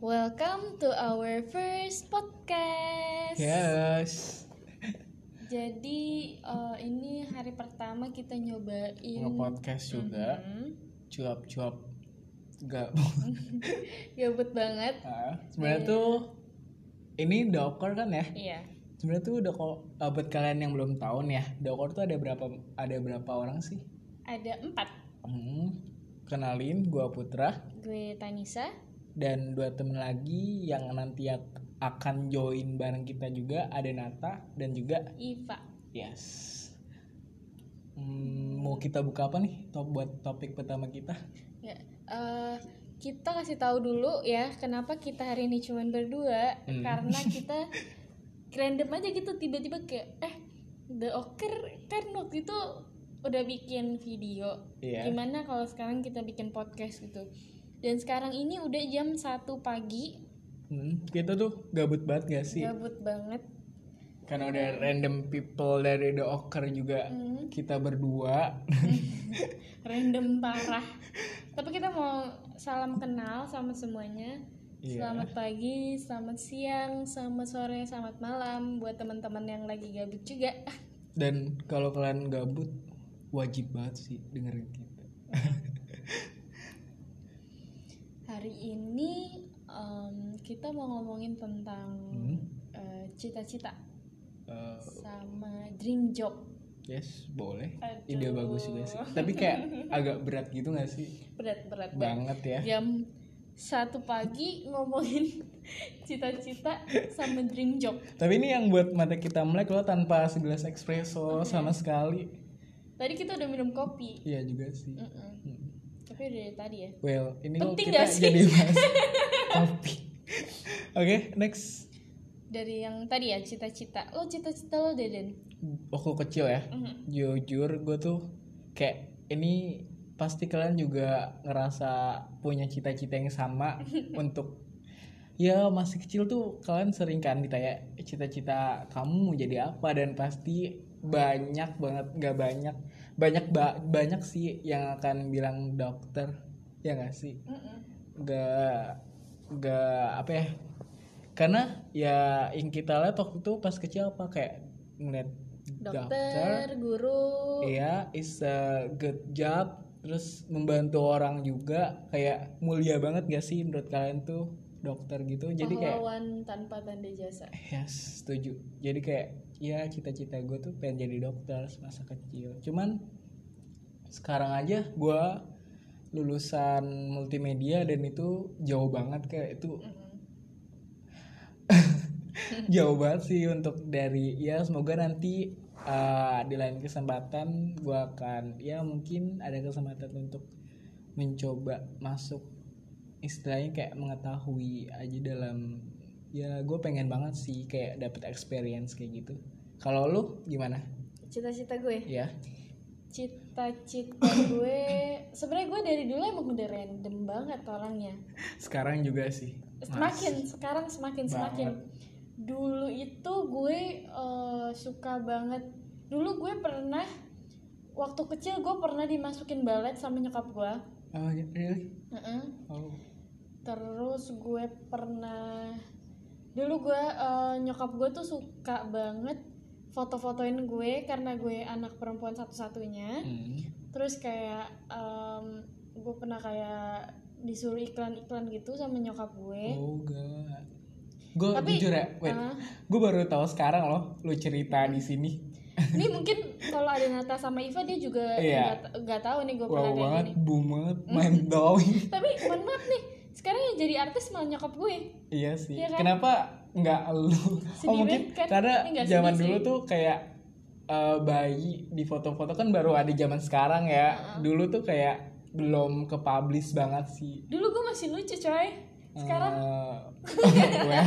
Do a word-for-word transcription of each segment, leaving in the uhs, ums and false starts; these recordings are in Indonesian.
Welcome to our first podcast. Yes. Jadi uh, ini hari pertama kita nyobain nge-podcast juga. Mhm. Cuap-cuap gak Gabut banget. nah, sebenarnya Iya. tuh ini dokter kan ya. Iya. Sebenarnya tuh udah kok uh, buat kalian yang belum tahu nih ya, dokter tuh ada berapa ada berapa orang sih? Ada empat. Hmm. Kenalin, gua Putra Gue Tanisa. dan dua temen lagi yang nanti ak- akan join bareng kita juga, ada Nata dan juga Iva. Yes. Hmm, mau kita buka apa nih top buat topik pertama kita? Ya, uh, kita kasih tahu dulu ya kenapa kita hari ini cuma berdua. Hmm. Karena kita random aja gitu tiba-tiba kayak eh The Oker kan waktu itu udah bikin video. Iya. Gimana kalau sekarang kita bikin podcast gitu. Dan sekarang ini udah jam satu pagi. Hmm, kita tuh gabut banget gak sih? Gabut banget. Karena udah random people dari The Oker juga Hmm. kita berdua. Random parah. Tapi kita mau salam kenal sama semuanya. Iya. Selamat pagi, selamat siang, selamat sore, selamat malam buat teman-teman yang lagi gabut juga. Dan kalau kalian gabut wajib banget sih dengerin kita. Hari ini um, kita mau ngomongin tentang Hmm. uh, cita-cita Uh, sama dream job. yes, boleh. Aduh. Ide bagus juga sih. Tapi kayak agak berat gitu gak sih? Berat-berat Banget ya. Jam satu pagi ngomongin cita-cita sama dream job. Tapi ini yang buat mata kita melek loh tanpa segelas espresso sama sekali. Tadi kita udah minum kopi. Iya juga sih. Mm-mm. Hmm. Tapi dari tadi ya. Well, ini kok Penting kita gak sih? jadi bahas kopi. Oke, next. Dari yang tadi ya cita-cita. Lo cita-cita lo Deden? Waktu kecil ya, Mhm. jujur gue tuh kayak ini pasti kalian juga ngerasa punya cita-cita yang sama untuk ya masih kecil tuh kalian sering kan ditanya cita-cita kamu mau jadi apa, dan pasti banyak banget, nggak banyak banyak ba- banyak sih yang akan bilang dokter, ya nggak sih? Mm-mm. Nggak nggak apa ya, karena ya yang kita lihat waktu itu pas kecil apa kayak ngeliat Dokter, guru. iya, is a good job, terus membantu orang juga, kayak mulia banget gak sih menurut kalian tuh dokter gitu? Jadi kayak Pahlawan tanpa tanda jasa. yes, setuju. Jadi kayak ya cita-cita gue tuh pengen jadi dokter semasa kecil. Cuman sekarang aja gue lulusan multimedia dan itu jauh banget, kayak itu Mm-mm. jauh banget sih untuk dari ya semoga nanti uh, di lain kesempatan gue akan ya mungkin ada kesempatan untuk mencoba masuk, istilahnya kayak mengetahui aja dalam ya gue pengen banget sih kayak dapet experience kayak gitu. Kalau lu gimana? Cita-cita gue. Ya. Cita-cita gue sebenarnya gue dari dulu emang udah random banget orangnya. Sekarang juga sih. Mas. Semakin sekarang semakin semakin. Dulu itu gue uh, suka banget. Dulu gue pernah waktu kecil gue pernah dimasukin balet sama nyokap gue. Oh, really? Mm-mm. Oh. Terus gue pernah dulu gue uh, nyokap gue tuh suka banget foto-fotoin gue karena gue anak perempuan satu-satunya. Hmm. Terus kayak um, gue pernah kayak disuruh iklan-iklan gitu sama nyokap gue. Oh god. Gue Tapi, jujur ya, wait. uh, Gue baru tahu sekarang loh lu cerita di sini. Ini mungkin kalau ada Nata sama Iva dia juga Iya. nggak nggak tahu nih gue Wow pernah kayak banget, gini. boom banget, mind blowing. Tapi mohon maaf nih, sekarang yang jadi artis malah nyokap gue. Iya sih. Iya kan? Kenapa nggak lu? Sedih Oh mungkin banget kan? karena Ini nggak zaman sedih dulu sih. tuh kayak uh, bayi di foto-foto kan baru ada zaman sekarang ya. Uh-uh. Dulu tuh kayak belum ke publish banget sih. Dulu gue masih lucu coy. Sekarang Uh, well.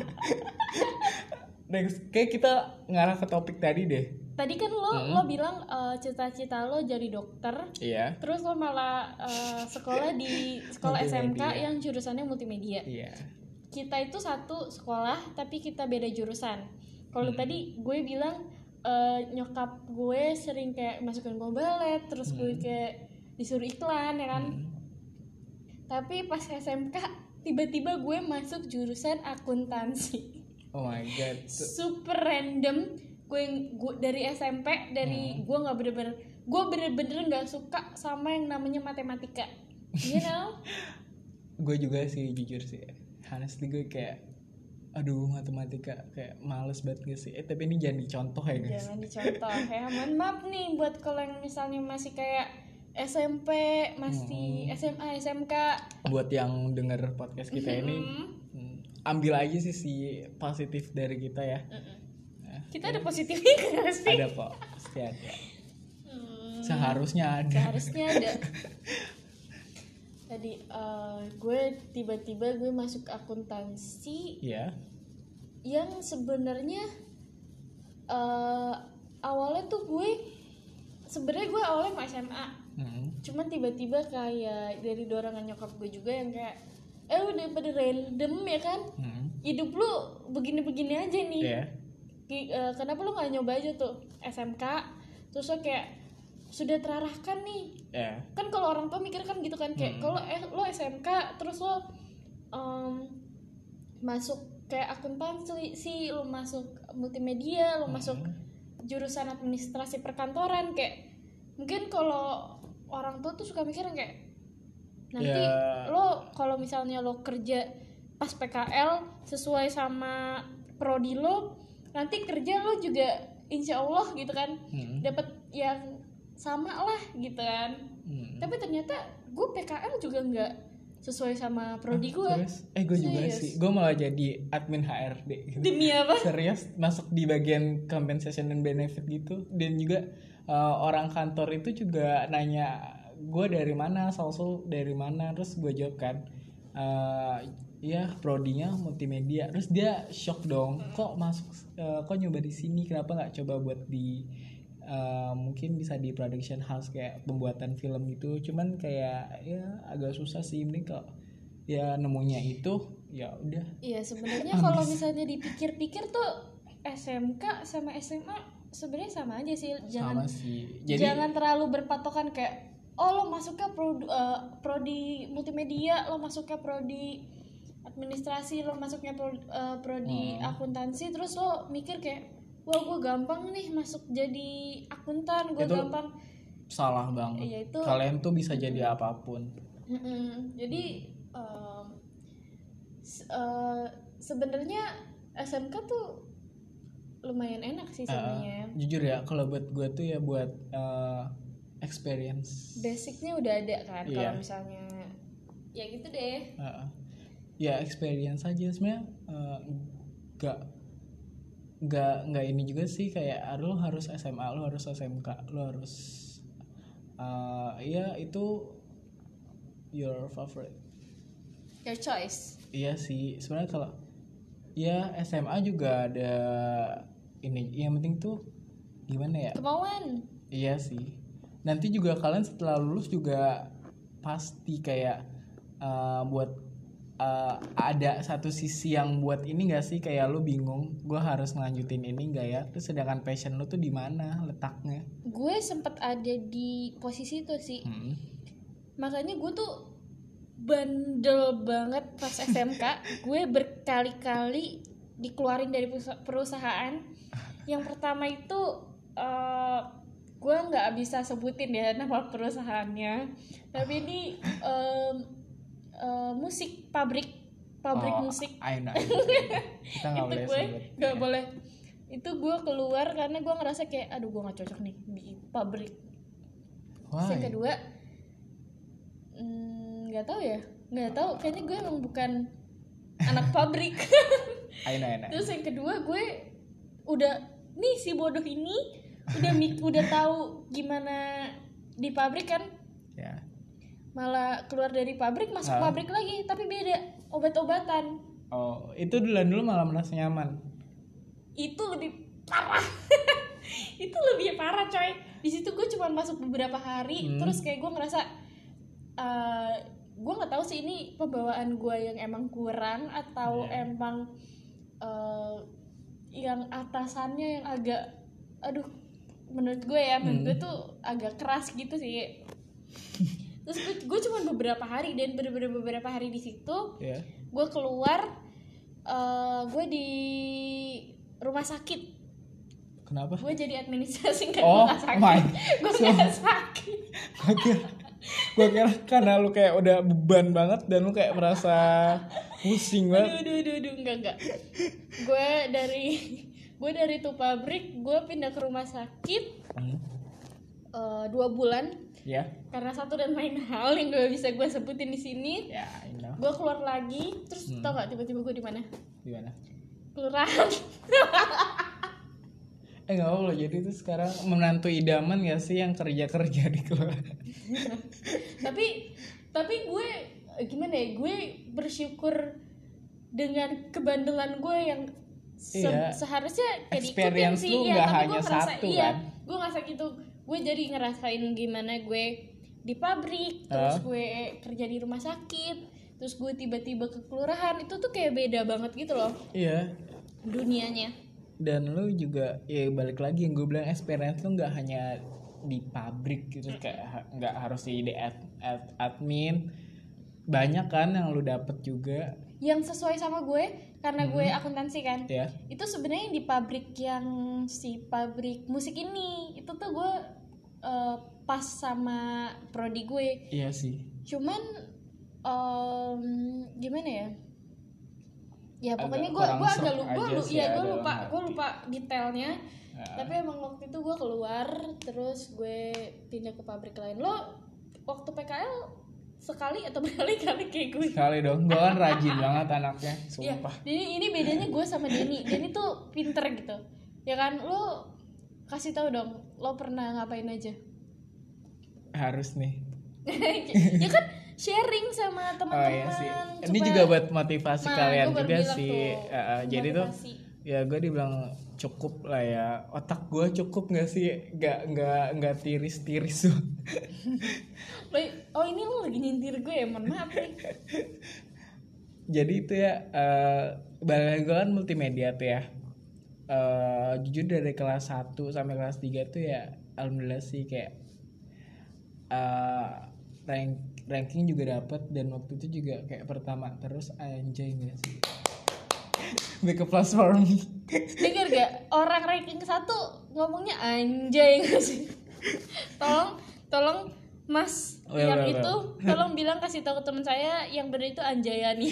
Next, kayak kita ngarah ke topik tadi deh. tadi kan lo Hmm. lo bilang uh, cita-cita lo jadi dokter. Iya. Terus lo malah uh, sekolah di sekolah S M K Multimedia. yang jurusannya multimedia. Iya. Kita itu satu sekolah tapi kita beda jurusan. Kalau Hmm. tadi gue bilang uh, nyokap gue sering kayak masukin gue balet, terus gue Hmm. kayak disuruh iklan ya kan. Hmm. Tapi pas S M K tiba-tiba gue masuk jurusan akuntansi. Oh my god. Super random. Gue, gue dari S M P dari hmm. gue nggak bener-bener gue bener-bener nggak suka sama yang namanya matematika, you know. Gue juga sih jujur sih, honestly gue kayak aduh matematika kayak males banget gak sih. Eh tapi ini jangan dicontoh ya guys. Jangan dicontoh. Ya mohon maaf nih buat kalau yang misalnya masih kayak S M P, masih hmm. S M A, S M K. Buat yang denger podcast kita mm-hmm. ini, ambil aja sih si positif dari kita ya. Mm-mm. Nah, kita ada positifnya gak sih? Ada kok, pasti ada. Hmm. Seharusnya ada. Seharusnya ada. Tadi uh, gue tiba-tiba gue masuk akuntansi. Iya. Yeah. Yang sebenarnya uh, awalnya tuh gue sebenarnya gue awalnya mau S M A. Hmm. Cuman tiba-tiba kayak dari dorongan nyokap gue juga yang kayak eh udah pada random ya kan. Hmm. Hidup lu begini-begini aja nih. Yeah. K- uh, kenapa lu enggak nyoba aja tuh S M K terus lo kayak sudah terarahkan nih. Yeah. Kan kalau orang tua mikir kan gitu kan kayak hmm. kalau eh, lo S M K terus lo um, masuk kayak akuntansi sih, lo masuk multimedia, lo hmm. masuk jurusan administrasi perkantoran, kayak mungkin kalau orang tua tuh suka mikir kayak nanti yeah. lo kalau misalnya lo kerja pas P K L sesuai sama prodi lo, nanti kerja lo juga insya Allah gitu kan hmm. dapat yang sama lah gitu kan. Hmm. Tapi ternyata gue P K L juga nggak sesuai sama prodi gue. Ah, eh gue juga sih, gue malah jadi admin H R D gitu. Demi apa? Serius, masuk di bagian compensation and benefit gitu. Dan juga uh, orang kantor itu juga nanya gue dari mana, asal-usul dari mana. Terus gue jawab kan uh, ya prodinya multimedia. Terus dia shock dong, kok masuk uh, kok nyoba di sini, kenapa nggak coba buat di Uh, mungkin bisa di production house kayak pembuatan film gitu. Cuman kayak ya agak susah sih, mending kalau ya nemunya itu ya udah. Iya sebenarnya kalau misalnya dipikir-pikir tuh S M K sama S M A sebenarnya sama aja sih. Jangan sama sih. Jadi, jangan terlalu berpatokan kayak oh lo masuknya prodi, uh, prodi multimedia, lo masuknya prodi administrasi, lo masuknya prodi, uh, prodi hmm. akuntansi, terus lo mikir kayak wah gue gampang nih masuk jadi akuntan, gue gampang. Salah banget. Ya, itu, kalian tuh bisa jadi apapun. Mm-mm. Jadi uh, uh, sebenarnya S M K tuh lumayan enak sih sebenarnya. Uh, jujur ya, kalau buat gue tuh ya buat uh, experience. Basicnya udah ada kan, yeah. Kalau misalnya ya gitu deh. Uh, ya experience aja sebenarnya uh, gak nggak nggak ini juga sih kayak lo harus S M A, lo harus S M K, lo harus uh, ya itu your favorite, your choice. Iya sih sebenarnya kalau ya S M A juga ada ini, yang penting tuh gimana ya, kemauan. Iya sih, nanti juga kalian setelah lulus juga pasti kayak uh, buat Uh, ada satu sisi yang buat ini nggak sih kayak lu bingung gue harus ngelanjutin ini nggak ya, terus sedangkan passion lu tuh di mana letaknya. Gue sempet ada di posisi itu sih, hmm. makanya gue tuh bandel banget pas S M K. Gue berkali-kali dikeluarin dari perusahaan. Yang pertama itu uh, gue nggak bisa sebutin ya nama perusahaannya, tapi ini um, Uh, musik pabrik pabrik oh, musik. I know, I know. Kita nggak boleh gue nggak ya. boleh. Itu gue keluar karena gue ngerasa kayak aduh gue nggak cocok nih di pabrik. Yang kedua nggak mm, tahu ya nggak tahu kayaknya gue emang bukan anak pabrik. I know, I know. Terus yang kedua gue udah nih si bodoh ini udah udah tahu gimana di pabrik kan. Ya. Malah keluar dari pabrik masuk Hah? pabrik lagi tapi beda obat-obatan. Oh itu dulu dulu malah merasa nyaman. Itu lebih parah. Itu lebih parah coy. Di situ gue cuma masuk beberapa hari hmm. terus kayak gue ngerasa uh, gue nggak tahu sih ini pembawaan gue yang emang kurang atau yeah. emang uh, yang atasannya yang agak aduh menurut gue ya menurut hmm. gue tuh agak keras gitu sih. Terus gue, gue cuma beberapa hari dan beberapa beberapa hari di situ yeah. gue keluar, uh, gue di rumah sakit. Kenapa? Gue jadi administrasi kan. Oh, gue gak sakit. my. Gue So, gak sakit. Gue kira, gue kira karena lu kayak udah beban banget dan lu kayak merasa pusing banget. Aduh, aduh, aduh, aduh, enggak, enggak. Gue dari gue dari tuh pabrik, gue pindah ke rumah sakit hmm. uh, dua bulan. Ya. Yeah. Karena satu dan lain hal yang gak bisa gue sebutin di sini. Ya, yeah, you know. Gue keluar lagi, terus hmm. tau gak tiba-tiba gue di mana? Di mana? Kelurahan. Eh nggak apa loh, jadi itu sekarang menantu idaman gak sih yang kerja-kerja di kelurahan? tapi tapi gue gimana ya, gue bersyukur dengan kebandelan gue yang se- iya. seharusnya kayak experience diikutin sih lu nggak ya, hanya ngerasa, satu iya, kan? Gue ngerasa gitu, gue jadi ngerasain gimana gue di pabrik, terus uh. gue kerja di rumah sakit, terus gue tiba-tiba ke kelurahan, itu tuh kayak beda banget gitu loh. Iya. Dunianya. Dan lu juga ya balik lagi yang gue bilang, experience lu nggak hanya di pabrik gitu, kayak nggak harus di ad, ad, admin, banyak kan yang lu dapet juga yang sesuai sama gue karena hmm. gue akuntansi kan. Yeah. Itu sebenarnya di pabrik yang si pabrik musik ini itu tuh gue uh, pas sama prodi gue. Iya sih. Cuman um, gimana ya? Ya pokoknya gue gue agak lupa, gue ya gue lupa gue lupa detailnya. Ya. Tapi emang waktu itu gue keluar terus gue pindah ke pabrik lain. Lo waktu P K L sekali atau berkali-kali kayak gue? Sekali dong, gue kan rajin banget anaknya, sumpah. Ya, jadi ini bedanya gue sama Denny. Denny tuh pinter gitu, ya kan? Lo kasih tahu dong, lo pernah ngapain aja? Harus nih. Ya kan? Sharing sama teman-teman. Oh iya sih. Ini juga buat motivasi nah, kalian juga sih. Tuh, uh, jadi tuh, ya gue dibilang cukup lah ya. Otak gue cukup nggak sih? Nggak nggak nggak tiris-tiris tuh. Oh ini lo lagi nyindir gue ya, mohon maaf nih. Jadi itu ya, uh, balik gue kan multimedia tuh ya. Uh, jujur dari kelas satu sampai kelas tiga tuh ya, alhamdulillah sih kayak uh, rank ranking juga dapet, dan waktu itu juga kayak pertama terus, anjay gak sih? Make a platform. Dengar gak? Orang ranking satu ngomongnya anjay gak sih? Tolong, tolong Mas oh, yang ya, itu ya. Tolong bilang kasih tahu ke teman saya yang benar itu Anjayani.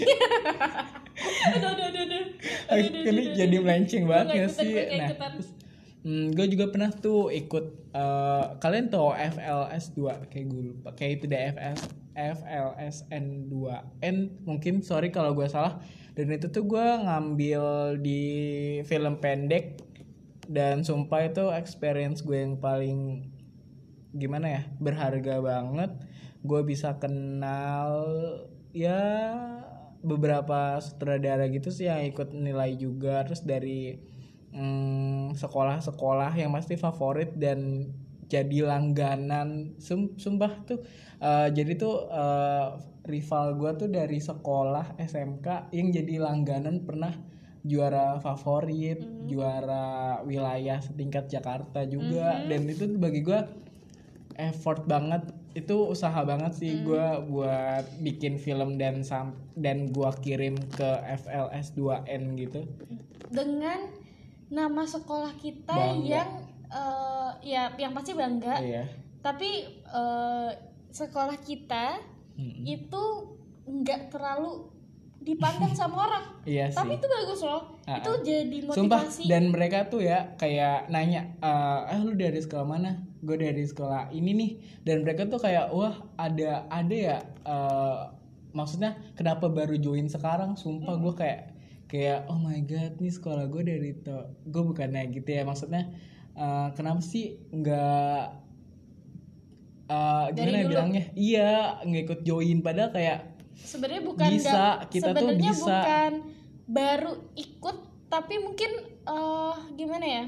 Aduh, aduh, aduh, aduh. Ini jadi melenceng banget gak sih? Nah, Hmm, gue juga pernah tuh ikut, uh, kalian tau F L S dua kayak gue lupa, kayak itu deh F S F L S N dua N mungkin, sorry kalau gue salah. Dan itu tuh gue ngambil di film pendek, dan sumpah itu experience gue yang paling gimana ya, berharga banget. Gue bisa kenal ya beberapa sutradara gitu sih yang ikut nilai juga, terus dari Hmm, sekolah-sekolah yang pasti favorit dan jadi langganan. Sum, sumpah tuh uh, jadi tuh uh, rival gue tuh dari sekolah S M K yang jadi langganan pernah juara favorit, mm-hmm. juara wilayah setingkat Jakarta juga. Mm-hmm. Dan itu bagi gue effort banget, itu usaha banget sih mm-hmm. gue buat bikin film dan sam- dan gue kirim ke F L S dua N gitu dengan nama sekolah kita bangga. yang uh, ya yang pasti bangga, iya. Tapi uh, sekolah kita mm-hmm. itu nggak terlalu dipandang sama orang, iya tapi sih. Itu bagus loh. Uh-uh. Itu jadi motivasi. Sumpah, dan mereka tuh ya kayak nanya, eh lu dari sekolah mana? Gue dari sekolah ini nih. Dan mereka tuh kayak, wah ada ada ya, uh, maksudnya kenapa baru join sekarang? Sumpah gue kayak kayak oh my god, nih sekolah gue dari itu. Gue bukannya gitu ya, maksudnya uh, kenapa sih nggak uh, gimana bilangnya? Iya, nggak ikut join, padahal kayak sebenarnya bukan bisa, gak, kita tuh bisa. Bukan baru ikut, tapi mungkin uh, gimana ya?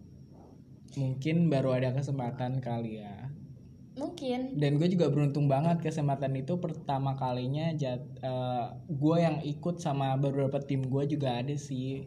Mungkin baru ada kesempatan kali ya. Mungkin. Dan gue juga beruntung banget, kesempatan itu pertama kalinya jat, uh, gue yang ikut sama beberapa tim gue juga ada sih.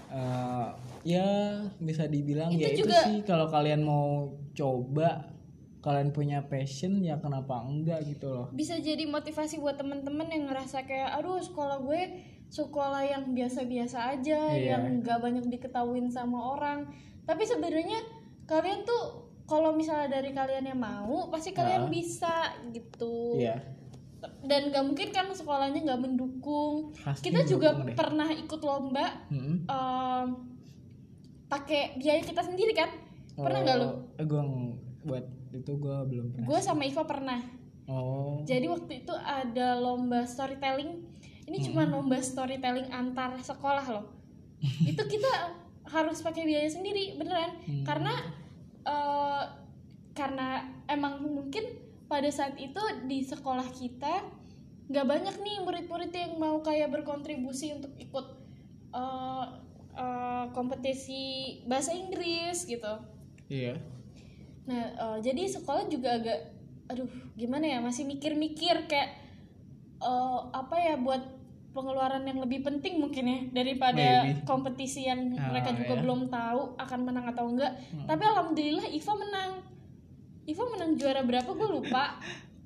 Uh, ya bisa dibilang itu ya juga, itu sih kalau kalian mau coba kalian punya passion ya kenapa enggak gitu loh. Bisa jadi motivasi buat teman-teman yang ngerasa kayak aduh sekolah gue sekolah yang biasa-biasa aja, Iya. yang nggak banyak diketahuin sama orang. Tapi sebenarnya kalian tuh kalau misalnya dari kalian yang mau pasti kalian Ah. bisa gitu. Iya. Dan nggak mungkin kan sekolahnya nggak mendukung. Pasti Kita juga dukung deh. pernah ikut lomba Mm-mm. em, pakai biaya kita sendiri kan? Pernah nggak lu? Eh, gue buat itu gue belum pernah. Gue sama Iva pernah. Oh. Jadi waktu itu ada lomba storytelling. Ini cuma lomba storytelling antar sekolah loh. Itu kita harus pakai biaya sendiri beneran. Hmm. Karena uh, karena emang mungkin pada saat itu di sekolah kita nggak banyak nih murid-murid yang mau kayak berkontribusi untuk ikut uh, uh, kompetisi bahasa Inggris gitu. Iya. Nah, uh, jadi sekolah juga agak, aduh, gimana ya, masih mikir-mikir kayak uh, apa ya buat pengeluaran yang lebih penting mungkin ya daripada Maybe. kompetisi yang Ah, mereka juga ya. belum tahu akan menang atau enggak. Hmm. Tapi alhamdulillah Iva menang. Iva menang juara berapa gue lupa.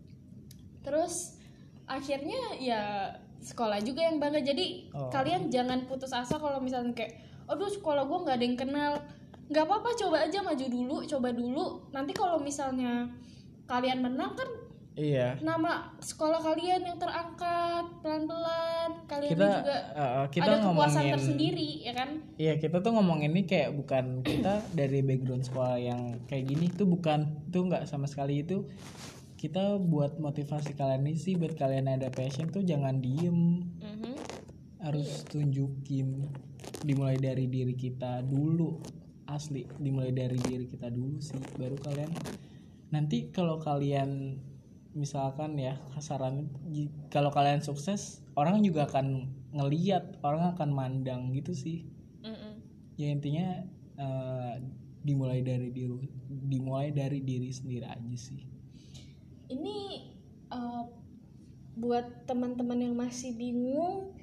Terus akhirnya ya sekolah juga yang bangga. Jadi Oh. kalian jangan putus asa kalau misalnya kayak, aduh sekolah gue nggak ada yang kenal. Nggak apa-apa, coba aja maju dulu, coba dulu. Nanti kalau misalnya kalian menang kan Iya. nama sekolah kalian yang terangkat pelan-pelan. Kalian Kita juga uh, kita ada kepuasan ngomongin tersendiri, ya kan? Iya, kita tuh ngomong ini kayak bukan kita dari background sekolah yang kayak gini tuh bukan, itu nggak sama sekali. Itu kita buat motivasi kalian ini sih, buat kalian ada passion tuh jangan diem, Mhm. harus tunjukin, dimulai dari diri kita dulu, asli dimulai dari diri kita dulu sih, baru kalian nanti kalau kalian misalkan ya kasaran, j- kalau kalian sukses orang juga akan ngeliat, orang akan mandang gitu sih. Mm-mm. Ya intinya eh, dimulai dari diri dimulai dari diri sendiri aja sih. Ini uh, buat teman-teman yang masih bingung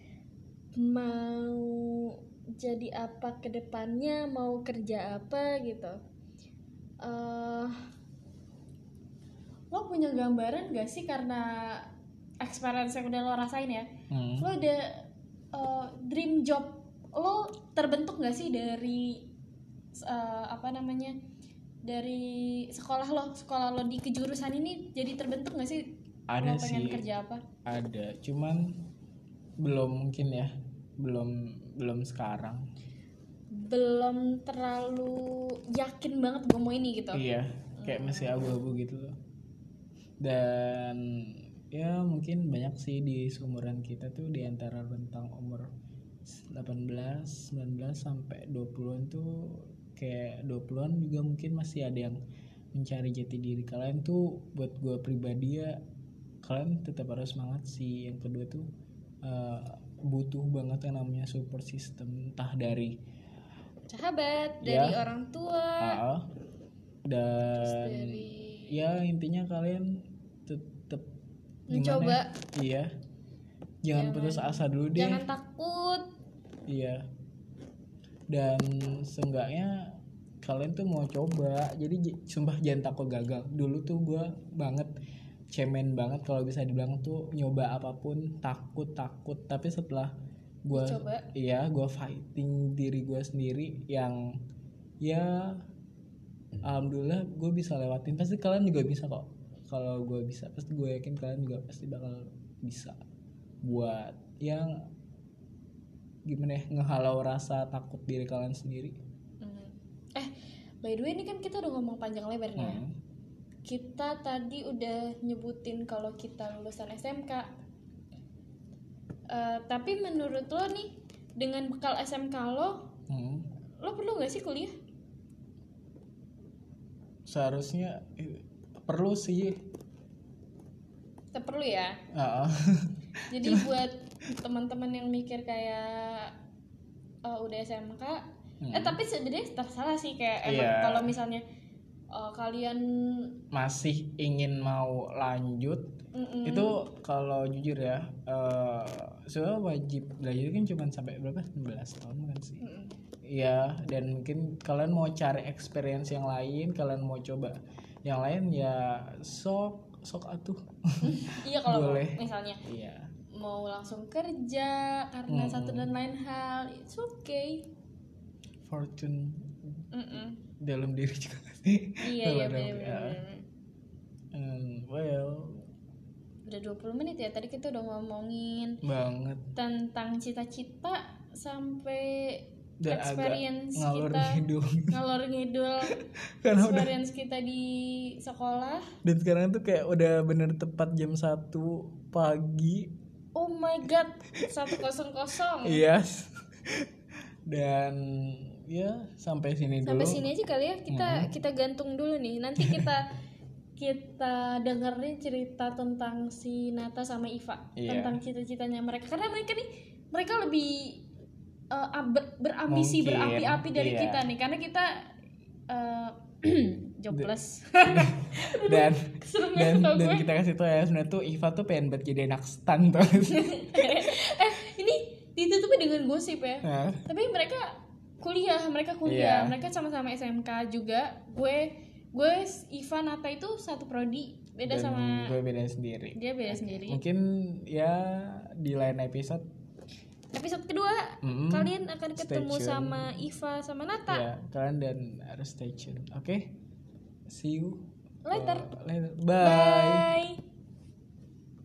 mau jadi apa ke depannya, mau kerja apa gitu. Uh, lo punya gambaran gak sih, karena experience yang udah lo rasain ya, Hmm. lo ada uh, dream job lo terbentuk gak sih dari uh, apa namanya dari sekolah lo sekolah lo di kejurusan ini, jadi terbentuk gak sih Ada lo pengen sih. kerja apa? Ada, cuman belum mungkin ya, belum belum sekarang. Belum terlalu yakin banget gue mau ini gitu. Iya, kayak masih abu-abu gitu loh. Dan ya mungkin banyak sih di seumuran kita tuh di antara rentang umur delapan belas, sembilan belas sampai dua puluhan tuh, kayak dua puluhan juga mungkin masih ada yang mencari jati diri. Kalian tuh buat gue pribadi ya, kalian tetap harus semangat sih. Yang kedua tuh uh, butuh banget yang namanya support system, entah dari Sahabat, Ya. dari orang tua, A A terus dan dari ya intinya kalian tetap mencoba. Iya, jangan Jangan- putus asa dulu deh. Jangan takut. Iya, dan seenggaknya kalian tuh mau coba. Jadi j- sumpah jangan takut gagal. Dulu tuh gue banget cemen banget kalau bisa dibilang tuh nyoba apapun takut takut. Tapi setelah gue Dicoba. iya gue fighting diri gue sendiri yang ya alhamdulillah gue bisa lewatin. Pasti kalian juga bisa kok. Kalau gue bisa, pasti gue yakin kalian juga pasti bakal bisa. Buat yang gimana ya, ngehalau rasa takut diri kalian sendiri. Mhm. Eh, by the way ini kan kita udah ngomong panjang lebar nih ya. Hmm. Kita tadi udah nyebutin kalau kita lulusan S M K. Eh, tapi menurut lo nih, dengan bekal S M K lo, Hmm. lo perlu gak sih kuliah? Seharusnya eh, perlu sih. Tetap perlu ya. Ah, Jadi buat teman-teman yang mikir kayak eh, udah S M K, Hmm. eh tapi sebenarnya terserah sih, kayak emang Iya. kalau misalnya eh, kalian masih ingin mau lanjut mm-mm, itu kalau jujur ya, eh soalnya wajib belajar kan cuma sampai berapa, enam belas tahun kan sih. mm-mm. Iya, dan mungkin kalian mau cari experience yang lain, kalian mau coba yang lain ya sok sok atuh. Iya kalau Boleh. misalnya Iya. mau langsung kerja karena Mm-mm. satu dan lain hal, it's okay. Fortune Mm-mm. dalam diri juga sih. Iya iya benar-benar. Um, well, Udah dua puluh menit ya, tadi kita udah ngomongin banget. tentang cita-cita sampai Dan experience agak ngalor kita ngidul. ngalor ngidul Karena udah, experience kita di sekolah. dan sekarang tuh kayak udah bener tepat jam satu pagi. Oh my god, satu kosong kosong. Yes. Dan ya sampai sini dulu. Sampai sini aja kali ya, kita Mm-hmm. kita gantung dulu nih. Nanti kita kita dengerin cerita tentang si Nata sama Iva, Iya. tentang cita-citanya mereka, karena mereka nih mereka lebih uh, ber- berambisi Mungkin, berapi-api dari iya. kita nih, karena kita uh, jobless. dan Serem dan, banget tau dan gue. kita kasih tau ya sebenarnya tuh Iva tuh pengen banget jadi anak stan tuh. eh ini ditutupnya dengan gosip ya. Hah? Tapi mereka kuliah, mereka kuliah, Iya. mereka sama-sama S M K juga. Gue gue Iva Nata itu satu prodi, beda Dan sama gue beda sendiri. dia beda sendiri. Mungkin ya di lain episode Episode kedua Mm-mm. kalian akan Stay ketemu tune. sama Iva sama Nata. ya kalian dan harus stay tune. Oke, see you Later. Uh, later. Bye. Bye.